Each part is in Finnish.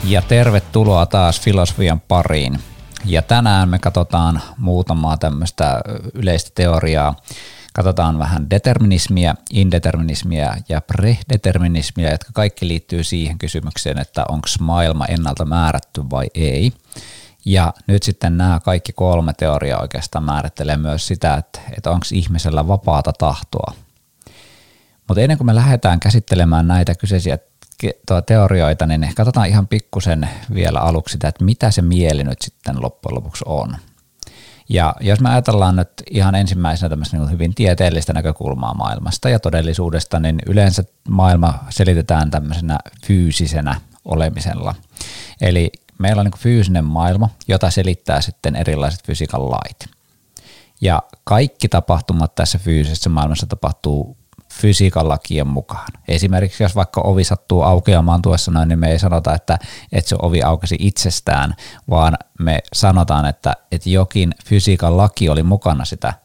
Ja tervetuloa taas filosofian pariin. Ja tänään me katsotaan muutamaa tämmöistä yleistä teoriaa. Katsotaan vähän determinismia, indeterminismia ja predeterminismia, jotka kaikki liittyy siihen kysymykseen, että onko maailma ennalta määrätty vai ei. Ja nyt sitten nämä kaikki kolme teoriaa oikeastaan määrittelee myös sitä, että onko ihmisellä vapaata tahtoa. Mutta ennen kuin me lähdetään käsittelemään näitä kyseisiä teorioita, niin katsotaan ihan pikkusen vielä aluksi sitä, että mitä se mieli nyt sitten loppujen lopuksi on. Ja jos me ajatellaan nyt ihan ensimmäisenä tämmöistä niin hyvin tieteellistä näkökulmaa maailmasta ja todellisuudesta, niin yleensä maailma selitetään tämmöisenä fyysisenä olemisella. Eli meillä on niin fyysinen maailma, jota selittää sitten erilaiset fysiikan lait. Ja kaikki tapahtumat tässä fyysisessä maailmassa tapahtuu fysiikan lakien mukaan. Esimerkiksi jos vaikka ovi sattuu aukeamaan tuossa noin, niin me ei sanota, että se ovi aukesi itsestään, vaan me sanotaan, että jokin fysiikan laki oli mukana sitä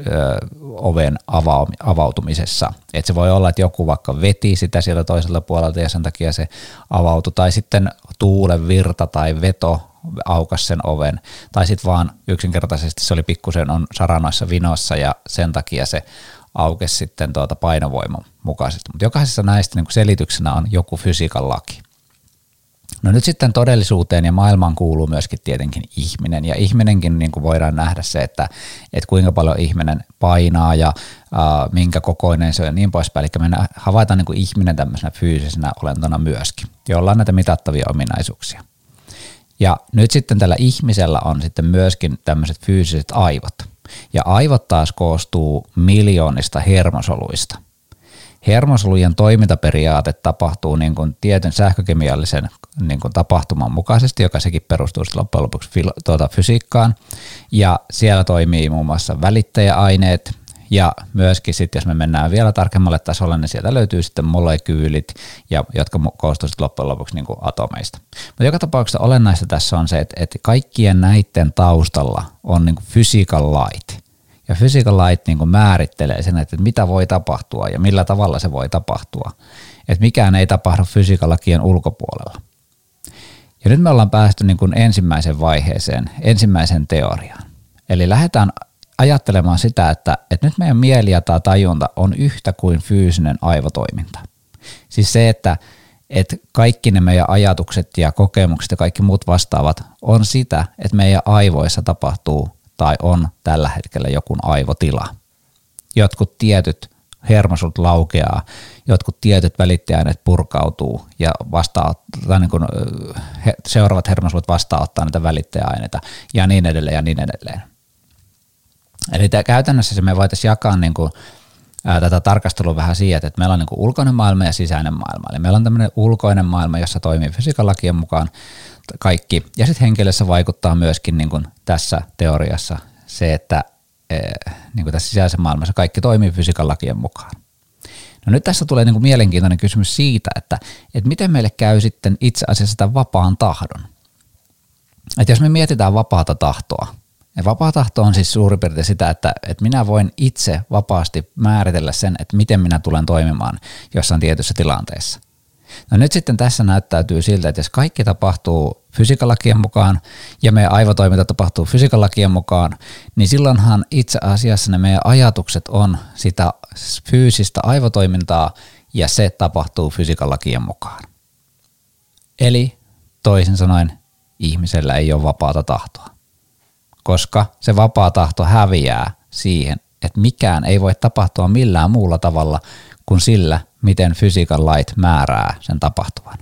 oven avautumisessa. Että se voi olla, että joku vaikka veti sitä sieltä toiselta puolelta ja sen takia se avautui, tai sitten tuulen virta tai veto aukas sen oven, tai sitten vaan yksinkertaisesti se oli pikkusen on saranoissa vinossa ja sen takia se aukesi sitten painovoiman mukaisesti. Mutta jokaisessa näistä niin selityksenä on joku fysiikan laki. No nyt sitten todellisuuteen ja maailmaan kuuluu myöskin tietenkin ihminen, ja ihminenkin niin kuin voidaan nähdä se, että kuinka paljon ihminen painaa ja minkä kokoinen se on ja niin poispäin. Eli me havaitaan niin kuin ihminen tämmöisenä fyysisenä olentona myöskin, jolla on näitä mitattavia ominaisuuksia. Ja nyt sitten tällä ihmisellä on sitten myöskin tämmöiset fyysiset aivot. Ja aivot taas koostuu miljoonista hermosoluista. Hermosolujen toimintaperiaate tapahtuu niin kuin tietyn sähkökemiallisen niin kuin tapahtuman mukaisesti, joka sekin perustuu loppujen lopuksi fysiikkaan. Ja siellä toimii muun muassa välittäjäaineet ja myöskin sitten, jos me mennään vielä tarkemmalle tasolle, niin sieltä löytyy sitten molekyylit, jotka koostuu sitten loppujen lopuksi niin kuin atomeista. Mutta joka tapauksessa olennaista tässä on se, että kaikkien näiden taustalla on niin kuin fysiikan lait. Ja fysiikan lait niin kuin määrittelee sen, että mitä voi tapahtua ja millä tavalla se voi tapahtua. Että mikään ei tapahdu fysiikan lakien ulkopuolella. Ja nyt me ollaan päästy niin kuin ensimmäiseen vaiheeseen, ensimmäiseen teoriaan. Eli lähdetään ajattelemaan sitä, että nyt meidän mieli ja tajunta on yhtä kuin fyysinen aivotoiminta. Siis se, että kaikki ne meidän ajatukset ja kokemukset ja kaikki muut vastaavat on sitä, että meidän aivoissa tapahtuu tai on tällä hetkellä joku aivotila. Jotkut tietyt hermosolut laukeaa, jotkut tietyt välittäjäaineet purkautuu ja seuraavat hermosolut vastaanottaa näitä välittäjäaineita ja niin edelleen ja niin edelleen. Eli käytännössä me voitaisiin jakaa niin kuin, tätä tarkastelua vähän siihen, että meillä on niin kuin ulkoinen maailma ja sisäinen maailma. Eli meillä on tämmöinen ulkoinen maailma, jossa toimii fysiikan lakien mukaan kaikki. Ja sitten henkilössä vaikuttaa myöskin niin kuin tässä teoriassa se, että niin kuin tässä sisäisessä maailmassa kaikki toimii fysiikan lakien mukaan. No nyt tässä tulee niin kuin mielenkiintoinen kysymys siitä, että miten meille käy sitten itse asiassa tämän vapaan tahdon. Että jos me mietitään vapaata tahtoa, ja vapaa tahto on siis suurin piirtein sitä, että minä voin itse vapaasti määritellä sen, että miten minä tulen toimimaan jossain tietyssä tilanteessa. No nyt sitten tässä näyttäytyy siltä, että jos kaikki tapahtuu fysiikan lakien mukaan ja meidän aivotoiminta tapahtuu fysiikan lakien mukaan, niin silloinhan itse asiassa ne meidän ajatukset on sitä fyysistä aivotoimintaa ja se tapahtuu fysiikan lakien mukaan. Eli toisin sanoen ihmisellä ei ole vapaata tahtoa. Koska se vapaa tahto häviää siihen, että mikään ei voi tapahtua millään muulla tavalla kuin sillä, miten fysiikan lait määrää sen tapahtuvan.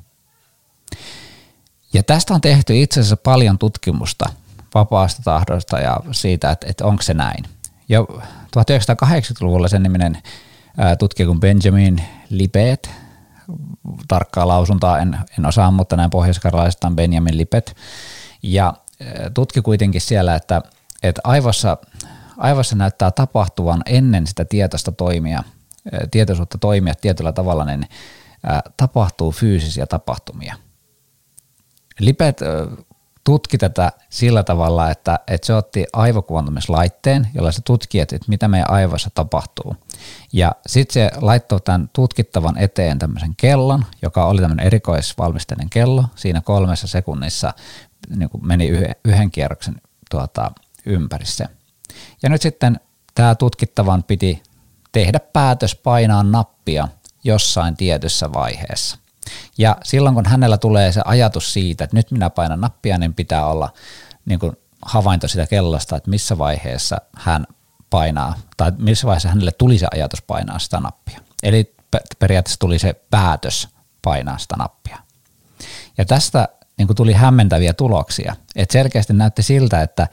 Ja tästä on tehty itse asiassa paljon tutkimusta vapaasta tahdosta ja siitä, että onko se näin. Jo 1980-luvulla sen niminen tutkija kuin Benjamin Libet, tarkkaa lausuntaa en osaa, mutta näin pohjois-karjalaisesta on Benjamin Libet, ja tutki kuitenkin siellä, että aivossa näyttää tapahtuvan ennen sitä tietoisuutta toimia tietyllä tavalla, niin tapahtuu fyysisiä tapahtumia. Libet tutki tätä sillä tavalla, että se otti aivokuvantumislaitteen, jolla se tutki, että mitä meidän aivoissa tapahtuu. Ja sitten se laittoi tämän tutkittavan eteen tämmöisen kellon, joka oli tämmöinen erikoisvalmisteinen kello. Siinä 3 sekunnissa niin kuin meni yhden kierroksen ympäri se. Ja nyt sitten tämä tutkittavan piti tehdä päätös painaa nappia jossain tietyssä vaiheessa. Ja silloin kun hänellä tulee se ajatus siitä, että nyt minä painan nappia, niin pitää olla niin kuin havainto sitä kellosta, että missä vaiheessa hän painaa, tai missä vaiheessa hänelle tuli se ajatus painaa sitä nappia. Eli periaatteessa tuli se päätös painaa sitä nappia. Ja tästä niin kuin tuli hämmentäviä tuloksia. Et selkeästi näytti siltä, että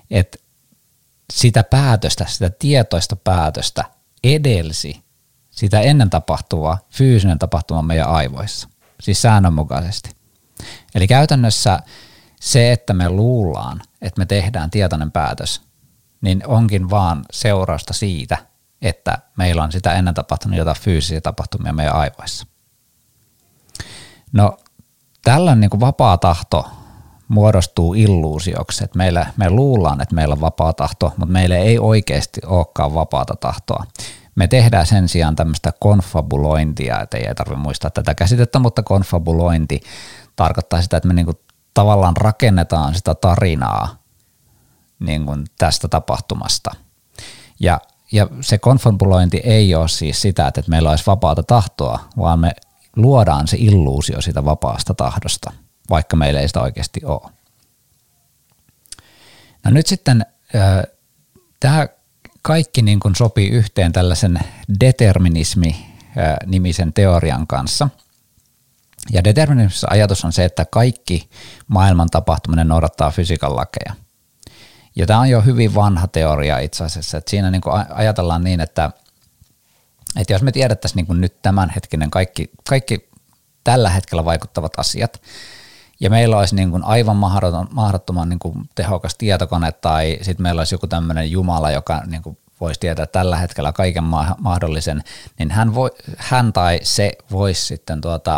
sitä päätöstä, sitä tietoista päätöstä edelsi sitä ennen tapahtuvaa fyysinen tapahtuma meidän aivoissa, siis säännönmukaisesti. Eli käytännössä se, että me luullaan, että me tehdään tietoinen päätös, niin onkin vaan seurausta siitä, että meillä on sitä ennen tapahtunut jotain fyysisiä tapahtumia meidän aivoissa. No tällöin niin kuin vapaa tahto muodostuu illuusioksi, että me luullaan, että meillä on vapaa tahto, mutta meillä ei oikeasti olekaan vapaata tahtoa. Me tehdään sen sijaan tämmöistä konfabulointia, että ei tarvitse muistaa tätä käsitettä, mutta konfabulointi tarkoittaa sitä, että me niinku tavallaan rakennetaan sitä tarinaa niinku tästä tapahtumasta. Ja se konfabulointi ei ole siis sitä, että meillä olisi vapaata tahtoa, vaan me luodaan se illuusio siitä vapaasta tahdosta, vaikka meillä ei sitä oikeasti ole. No nyt sitten tämä kaikki niin kuin sopii yhteen tällaisen determinismi-nimisen teorian kanssa. Ja determinismissa ajatus on se, että kaikki maailman tapahtuminen noudattaa fysiikan lakeja. Ja tämä on jo hyvin vanha teoria itse asiassa, että siinä niin kuin ajatellaan niin, että jos me tiedettäisiin niin kuin nyt tämänhetkinen kaikki tällä hetkellä vaikuttavat asiat, ja meillä olisi niin kuin aivan mahdottoman niin kuin tehokas tietokone, tai sitten meillä olisi joku tämmöinen Jumala, joka niin kuin voisi tietää tällä hetkellä kaiken mahdollisen, niin hän tai se voisi sitten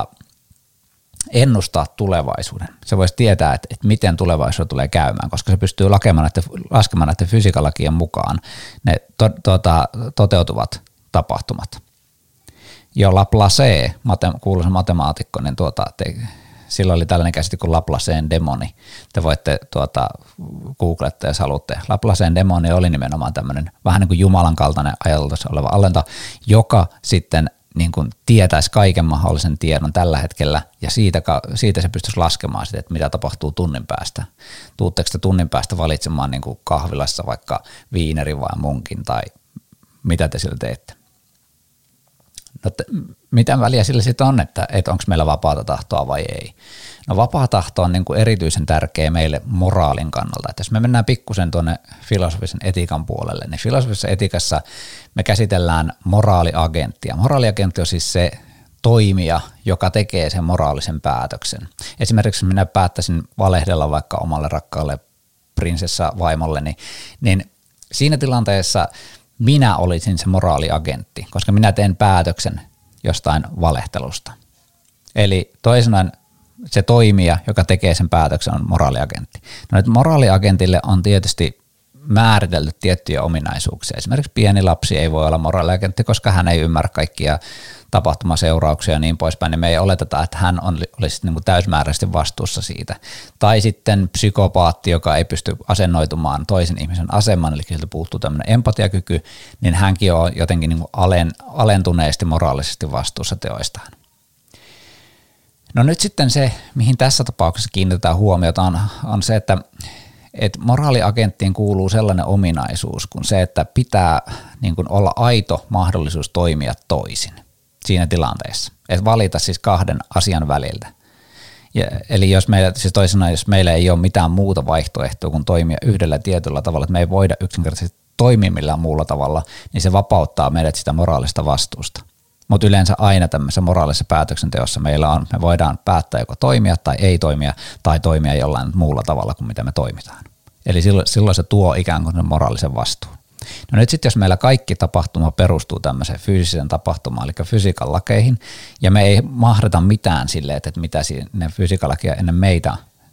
ennustaa tulevaisuuden. Se voisi tietää, että miten tulevaisuus tulee käymään, koska se pystyy laskemaan näiden fysiikalakien mukaan ne toteutuvat tapahtumat. Jo Laplace, kuuluisa matemaatikko, niin sillä oli tällainen käsite kuin Laplacen demoni. Te voitte googletta, jos haluatte. Laplacen demoni oli nimenomaan tämmöinen vähän niin kuin Jumalan kaltainen ajateltavissa oleva allento, joka sitten niin kuin tietäisi kaiken mahdollisen tiedon tällä hetkellä, ja siitä se pystyisi laskemaan sitä, että mitä tapahtuu tunnin päästä. Tuutteko te tunnin päästä valitsemaan niin kuin kahvilassa vaikka viinerin vai munkin, tai mitä te sillä teette? No, mitä väliä sillä sitten on, että onko meillä vapaata tahtoa vai ei? No vapaa tahto on niin kuin erityisen tärkeä meille moraalin kannalta. Että jos me mennään pikkusen tuonne filosofisen etiikan puolelle, niin filosofisessa etiikassa me käsitellään moraaliagenttia. Moraaliagentti on siis se toimija, joka tekee sen moraalisen päätöksen. Esimerkiksi minä päättäisin valehdella vaikka omalle rakkaalle prinsessavaimolle, niin siinä tilanteessa minä olisin se moraaliagentti, koska minä teen päätöksen jostain valehtelusta. Eli toisinaan se toimija, joka tekee sen päätöksen, on moraaliagentti. No nyt moraaliagentille on tietysti määritelty tiettyjä ominaisuuksia. Esimerkiksi pieni lapsi ei voi olla moraaliagentti, koska hän ei ymmärrä kaikkia tapahtumaseurauksia ja niin poispäin, niin me ei oleteta, että hän olisi niin kuin täysmääräisesti vastuussa siitä. Tai sitten psykopaatti, joka ei pysty asennoitumaan toisen ihmisen asemaan, eli sieltä puuttuu tämmöinen empatiakyky, niin hänkin on jotenkin niin kuin alentuneesti moraalisesti vastuussa teoistaan. No nyt sitten se, mihin tässä tapauksessa kiinnitetään huomiota, on se, että moraaliagenttiin kuuluu sellainen ominaisuus kuin se, että pitää niin kuin olla aito mahdollisuus toimia toisin siinä tilanteessa. Että valita siis kahden asian väliltä. Eli jos meillä ei ole mitään muuta vaihtoehtoa kuin toimia yhdellä tietyllä tavalla, että me ei voida yksinkertaisesti toimia millään muulla tavalla, niin se vapauttaa meidät sitä moraalista vastuusta. Mutta yleensä aina tämmöisessä moraalisessa päätöksenteossa me voidaan päättää joko toimia tai ei toimia tai toimia jollain muulla tavalla kuin mitä me toimitaan. Eli silloin se tuo ikään kuin sen moraalisen vastuun. No nyt sitten jos meillä kaikki tapahtuma perustuu tämmöiseen fyysiseen tapahtumaan, eli fysiikan lakeihin, ja me ei mahdeta mitään silleen, että mitä ne fysiikan lakia ennen meitä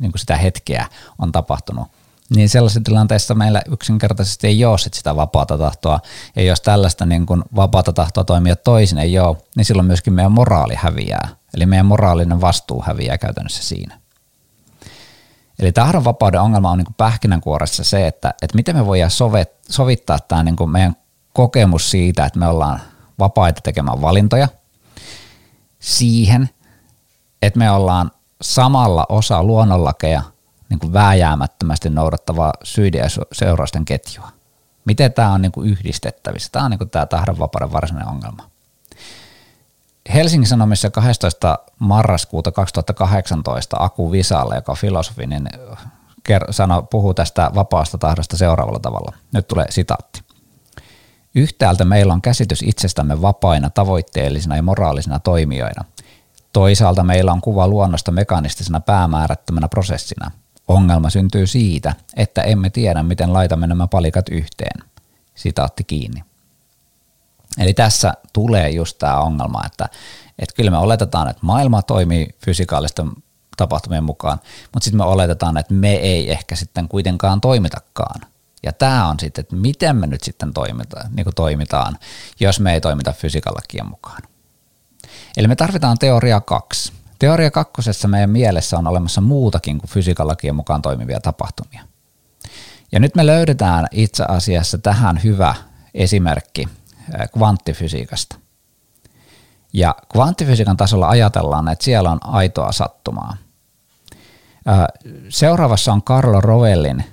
niin kuin sitä hetkeä on tapahtunut. Niin sellaisessa tilanteessa meillä yksinkertaisesti ei ole sitä vapaata tahtoa, ja jos tällaista niin kuin vapaata tahtoa toimia toisin ei ole, niin silloin myöskin meidän moraali häviää, eli meidän moraalinen vastuu häviää käytännössä siinä. Eli tahdonvapauden ongelma on niin kuin pähkinänkuoressa se, että miten me voidaan sovittaa tämä niin kuin meidän kokemus siitä, että me ollaan vapaita tekemään valintoja, siihen, että me ollaan samalla osa luonnonlakeja niin kuin vääjäämättömästi noudattavaa syiden ja seurausten ketjua. Miten tämä on niin kuin yhdistettävissä? Tämä on niin kuin tämä tahdonvapauden varsinainen ongelma. Helsingin Sanomissa 12. marraskuuta 2018 Aku Visala, joka on filosofi, niin puhuu tästä vapaasta tahdosta seuraavalla tavalla. Nyt tulee sitaatti. Yhtäältä meillä on käsitys itsestämme vapaina, tavoitteellisina ja moraalisina toimijoina. Toisaalta meillä on kuva luonnosta mekanistisena päämäärättömänä prosessina. Ongelma syntyy siitä, että emme tiedä, miten laitamme nämä palikat yhteen. Sitaatti kiinni. Eli tässä tulee just tämä ongelma, että kyllä me oletetaan, että maailma toimii fysikaalisten tapahtumien mukaan, mutta sitten me oletetaan, että me ei ehkä sitten kuitenkaan toimitakaan. Ja tämä on sitten, että miten me nyt sitten toimitaan, jos me ei toimita fysiikan lakien mukaan. Eli me tarvitaan teoria 2. Teoria 2 meidän mielessä on olemassa muutakin kuin fysiikan lakien mukaan toimivia tapahtumia. Ja nyt me löydetään itse asiassa tähän hyvä esimerkki kvanttifysiikasta. Ja kvanttifysiikan tasolla ajatellaan, että siellä on aitoa sattumaa. Seuraavassa on Carlo Rovellin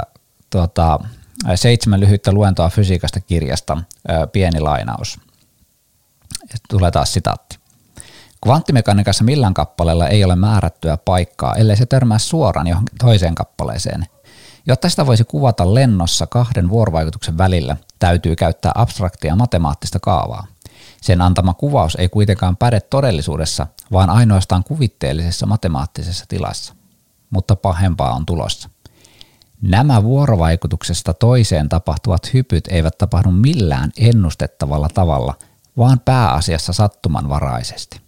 7 lyhyttä luentoa fysiikasta -kirjasta pieni lainaus. Tulee taas sitaatti. Kvanttimekaniikassa millään kappaleella ei ole määrättyä paikkaa, ellei se törmää suoraan johonkin toiseen kappaleeseen. Jotta sitä voisi kuvata lennossa 2 vuorovaikutuksen välillä, täytyy käyttää abstraktia matemaattista kaavaa. Sen antama kuvaus ei kuitenkaan päde todellisuudessa, vaan ainoastaan kuvitteellisessa matemaattisessa tilassa. Mutta pahempaa on tulossa. Nämä vuorovaikutuksesta toiseen tapahtuvat hypyt eivät tapahdu millään ennustettavalla tavalla, vaan pääasiassa sattumanvaraisesti.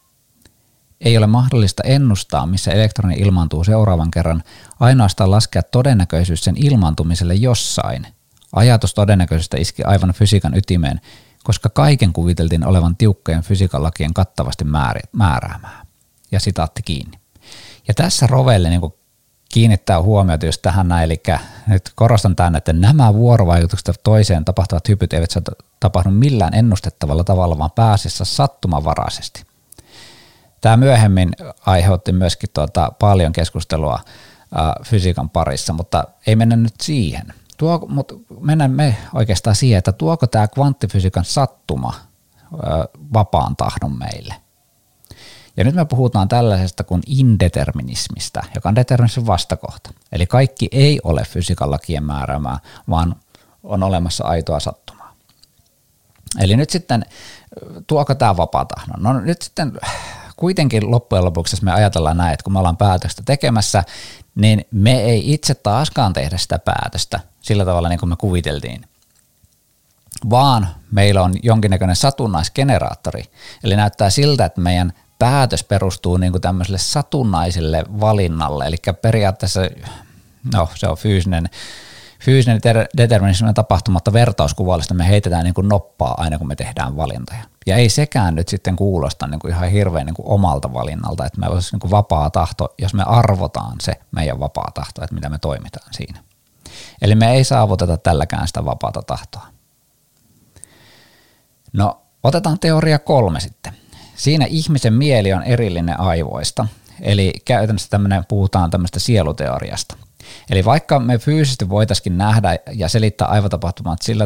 Ei ole mahdollista ennustaa, missä elektroni ilmaantuu seuraavan kerran, ainoastaan laskea todennäköisyys sen ilmaantumiselle jossain. Ajatus todennäköisyydestä iski aivan fysiikan ytimeen, koska kaiken kuviteltiin olevan tiukkojen fysiikan lakien kattavasti määräämää. Ja sitaatti kiinni. Ja tässä Rovelli niin kiinnittää huomiota just tähän näin, eli nyt korostan tämän, että nämä vuorovaikutukset toiseen tapahtuvat hypyt eivät tapahdu millään ennustettavalla tavalla, vaan pääasiassa sattumanvaraisesti. Tämä myöhemmin aiheutti myöskin paljon keskustelua fysiikan parissa, mutta ei mennä nyt siihen. Mutta mennään me oikeastaan siihen, että tuoko tämä kvanttifysiikan sattuma vapaan tahdon meille. Ja nyt me puhutaan tällaisesta kuin indeterminismista, joka on determinismin vastakohta. Eli kaikki ei ole fysiikan lakien määräämää, vaan on olemassa aitoa sattumaa. Eli nyt sitten, tuoko tämä vapaa tahdon? No nyt sitten kuitenkin loppujen lopuksi, jos me ajatellaan näin, että kun me ollaan päätöstä tekemässä, niin me ei itse taaskaan tehdä sitä päätöstä sillä tavalla niin kuin me kuviteltiin, vaan meillä on jonkinnäköinen satunnaisgeneraattori. Eli näyttää siltä, että meidän päätös perustuu niin kuin tämmöiselle satunnaiselle valinnalle, eli periaatteessa se on fyysinen determinisminen tapahtuma, mutta vertauskuvallista me heitetään niin kuin noppaa aina, kun me tehdään valintoja. Ja ei sekään nyt sitten kuulosta niin kuin ihan hirveän niin kuin omalta valinnalta, että me olisi niin kuin vapaa tahto, jos me arvotaan se meidän vapaa tahto, että mitä me toimitaan siinä. Eli me ei saavuteta tälläkään sitä vapaata tahtoa. No, otetaan teoria 3 sitten. Siinä ihmisen mieli on erillinen aivoista, eli käytännössä puhutaan tämmöistä sieluteoriasta. Eli vaikka me fyysisesti voitaisiin nähdä ja selittää aivotapahtumat sillä,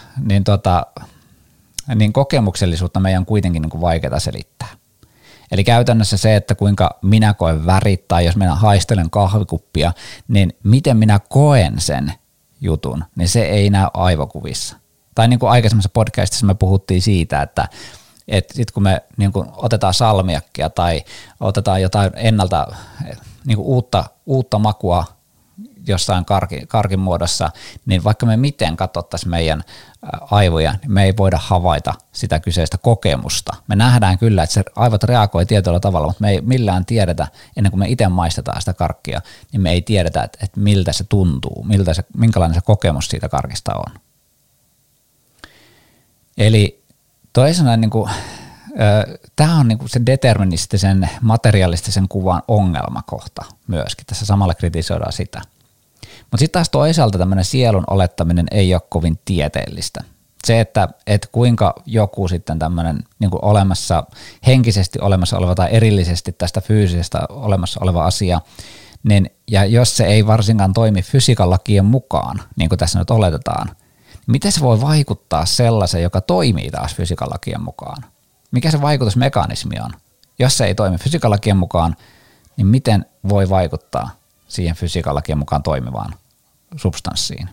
niin kokemuksellisuutta meidän on kuitenkin niin kuin vaikeaa selittää. Eli käytännössä se, että kuinka minä koen värit tai jos minä haistelen kahvikuppia, niin miten minä koen sen jutun, niin se ei näy aivokuvissa. Tai niin kuin aikaisemmassa podcastissa me puhuttiin siitä, että sitten kun me niin kuin otetaan salmiakkia tai otetaan jotain ennalta niin kuin uutta makua jossain karkin muodossa, niin vaikka me miten katsottaisiin meidän aivoja, niin me ei voida havaita sitä kyseistä kokemusta. Me nähdään kyllä, että se aivot reagoi tietyllä tavalla, mutta me ei millään tiedetä, ennen kuin me itse maistetaan sitä karkkia, niin me ei tiedetä, että miltä se tuntuu, minkälainen se kokemus siitä karkista on. Eli toisena niin kuin, tämä on niin kuin se deterministisen, materialistisen kuvan ongelmakohta myöskin. Tässä samalla kritisoidaan sitä. Mutta sitten taas toisaalta tämmöinen sielun olettaminen ei ole kovin tieteellistä. Se, että kuinka joku sitten tämmöinen niin kuin olemassa, henkisesti olemassa oleva tai erillisesti tästä fyysisestä olemassa oleva asia, niin, ja jos se ei varsinkaan toimi fysiikan lakien mukaan, niin kuin tässä nyt oletetaan, niin miten se voi vaikuttaa sellaiseen, joka toimii taas fysiikan lakien mukaan? Mikä se vaikutusmekanismi on? Jos se ei toimi fysiikan lakien mukaan, niin miten voi vaikuttaa siihen fysiikan lakien mukaan toimivaan substanssiin?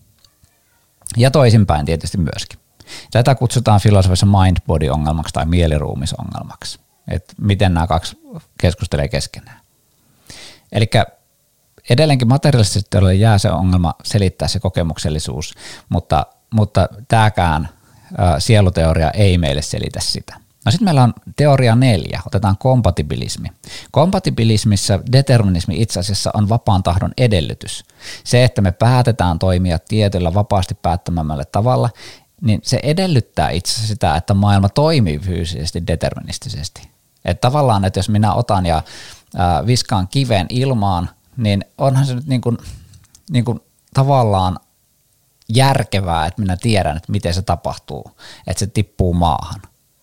Ja toisinpäin tietysti myöskin. Tätä kutsutaan filosofiassa mind-body-ongelmaksi tai mieliruumisongelmaksi. Että miten nämä kaksi keskustelee keskenään. Eli edelleenkin materiaalisesti jää se ongelma selittää se kokemuksellisuus, mutta tämäkään sieluteoria ei meille selitä sitä. No sitten meillä on teoria 4, otetaan kompatibilismi. Kompatibilismissa determinismi itse asiassa on vapaan tahdon edellytys. Se, että me päätetään toimia tietyllä vapaasti päättämämällä tavalla, niin se edellyttää itse asiassa sitä, että maailma toimii fyysisesti deterministisesti. Että tavallaan, että jos minä otan ja viskaan kiven ilmaan, niin onhan se nyt niin kuin tavallaan järkevää, että minä tiedän, että miten se tapahtuu, että se tippuu maahan.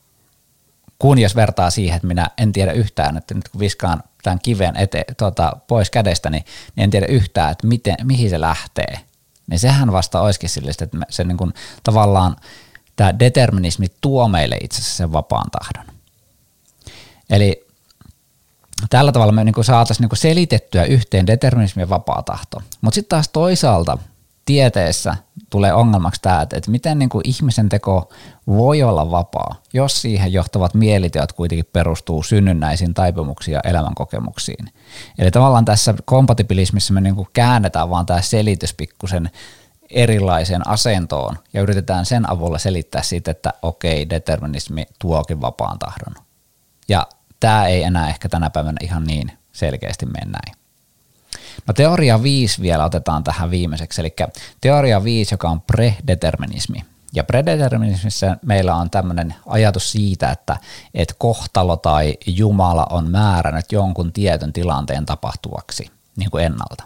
Kun jos vertaa siihen, että minä en tiedä yhtään, että nyt kun viskaan tämän kiven pois kädestäni, niin en tiedä yhtään, että mihin se lähtee. Niin sehän vasta olisikin sillistä, että se niin kuin, tavallaan tämä determinismi tuo meille itse asiassa sen vapaan tahdon. Eli tällä tavalla me niin saataisiin niin selitettyä yhteen determinismi ja vapaa tahto. Mutta sitten taas toisaalta tieteessä tulee ongelmaksi tämä, että miten niin kuin ihmisen teko voi olla vapaa, jos siihen johtavat mieliteot kuitenkin perustuu synnynnäisiin taipumuksiin ja elämänkokemuksiin. Eli tavallaan tässä kompatibilismissa me niin kuin käännetään vaan tämä selitys pikkusen erilaiseen asentoon ja yritetään sen avulla selittää siitä, että okei, determinismi tuokin vapaan tahdon. Ja tämä ei enää ehkä tänä päivänä ihan niin selkeästi mene näin. No teoria 5 vielä otetaan tähän viimeiseksi, eli teoria 5, joka on predeterminismi. Ja predeterminismissa meillä on tämmöinen ajatus siitä, että kohtalo tai Jumala on määrännyt jonkun tietyn tilanteen tapahtuvaksi niin kuin ennalta.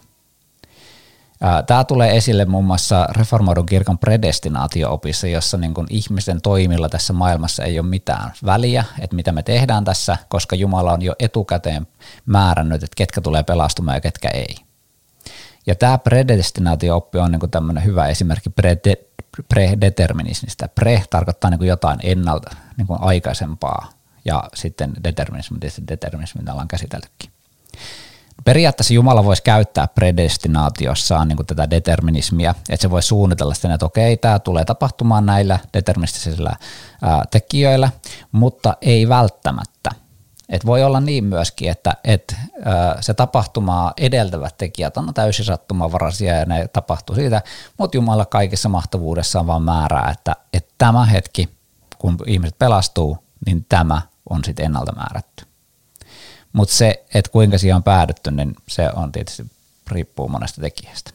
Tämä tulee esille muun muassa reformoidun kirkon predestinaatio-opissa, jossa niin kuin ihmisten toimilla tässä maailmassa ei ole mitään väliä, että mitä me tehdään tässä, koska Jumala on jo etukäteen määrännyt, että ketkä tulee pelastumaan ja ketkä ei. Ja tämä predestinaatio-oppi on niin kuin tämmöinen hyvä esimerkki predeterminismista. Pre tarkoittaa niin kuin jotain ennalta, niin kuin aikaisempaa, ja sitten determinismi, mitä ollaan käsiteltykin. Periaatteessa Jumala voisi käyttää predestinaatiossaan niin kuin tätä determinismia, että se voi suunnitella sitä, että okei, tämä tulee tapahtumaan näillä deterministisillä tekijöillä, mutta ei välttämättä. Et voi olla niin myöskin, että se tapahtumaa edeltävät tekijät on täysin sattumanvaraisia ja ne tapahtuu siitä, mutta Jumala kaikessa mahtavuudessaan vaan määrää, että tämä hetki, kun ihmiset pelastuu, niin tämä on sitten ennalta määrätty. Mutta se, että kuinka siihen on päädytty, niin se on tietysti riippuu monesta tekijästä.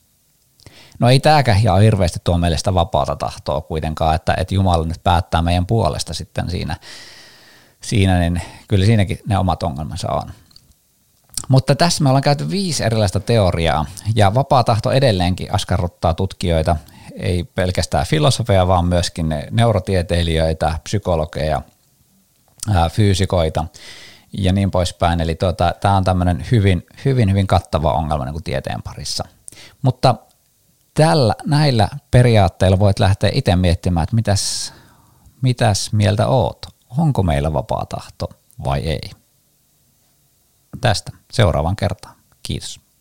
No ei tämäkään ihan hirveästi tuo meille sitä vapaata tahtoa kuitenkaan, että Jumala nyt päättää meidän puolesta sitten siinä, niin kyllä siinäkin ne omat ongelmansa on. Mutta tässä me ollaan käyty 5 erilaista teoriaa, ja vapaa tahto edelleenkin askarruttaa tutkijoita, ei pelkästään filosofeja, vaan myöskin neurotieteilijöitä, psykologeja, fyysikoita ja niin poispäin. Eli tämä on tämmöinen hyvin kattava ongelma niin kuin tieteen parissa. Mutta näillä periaatteilla voit lähteä itse miettimään, että mitäs mieltä oot? Onko meillä vapaa tahto vai ei? Tästä seuraavan kertaan. Kiitos.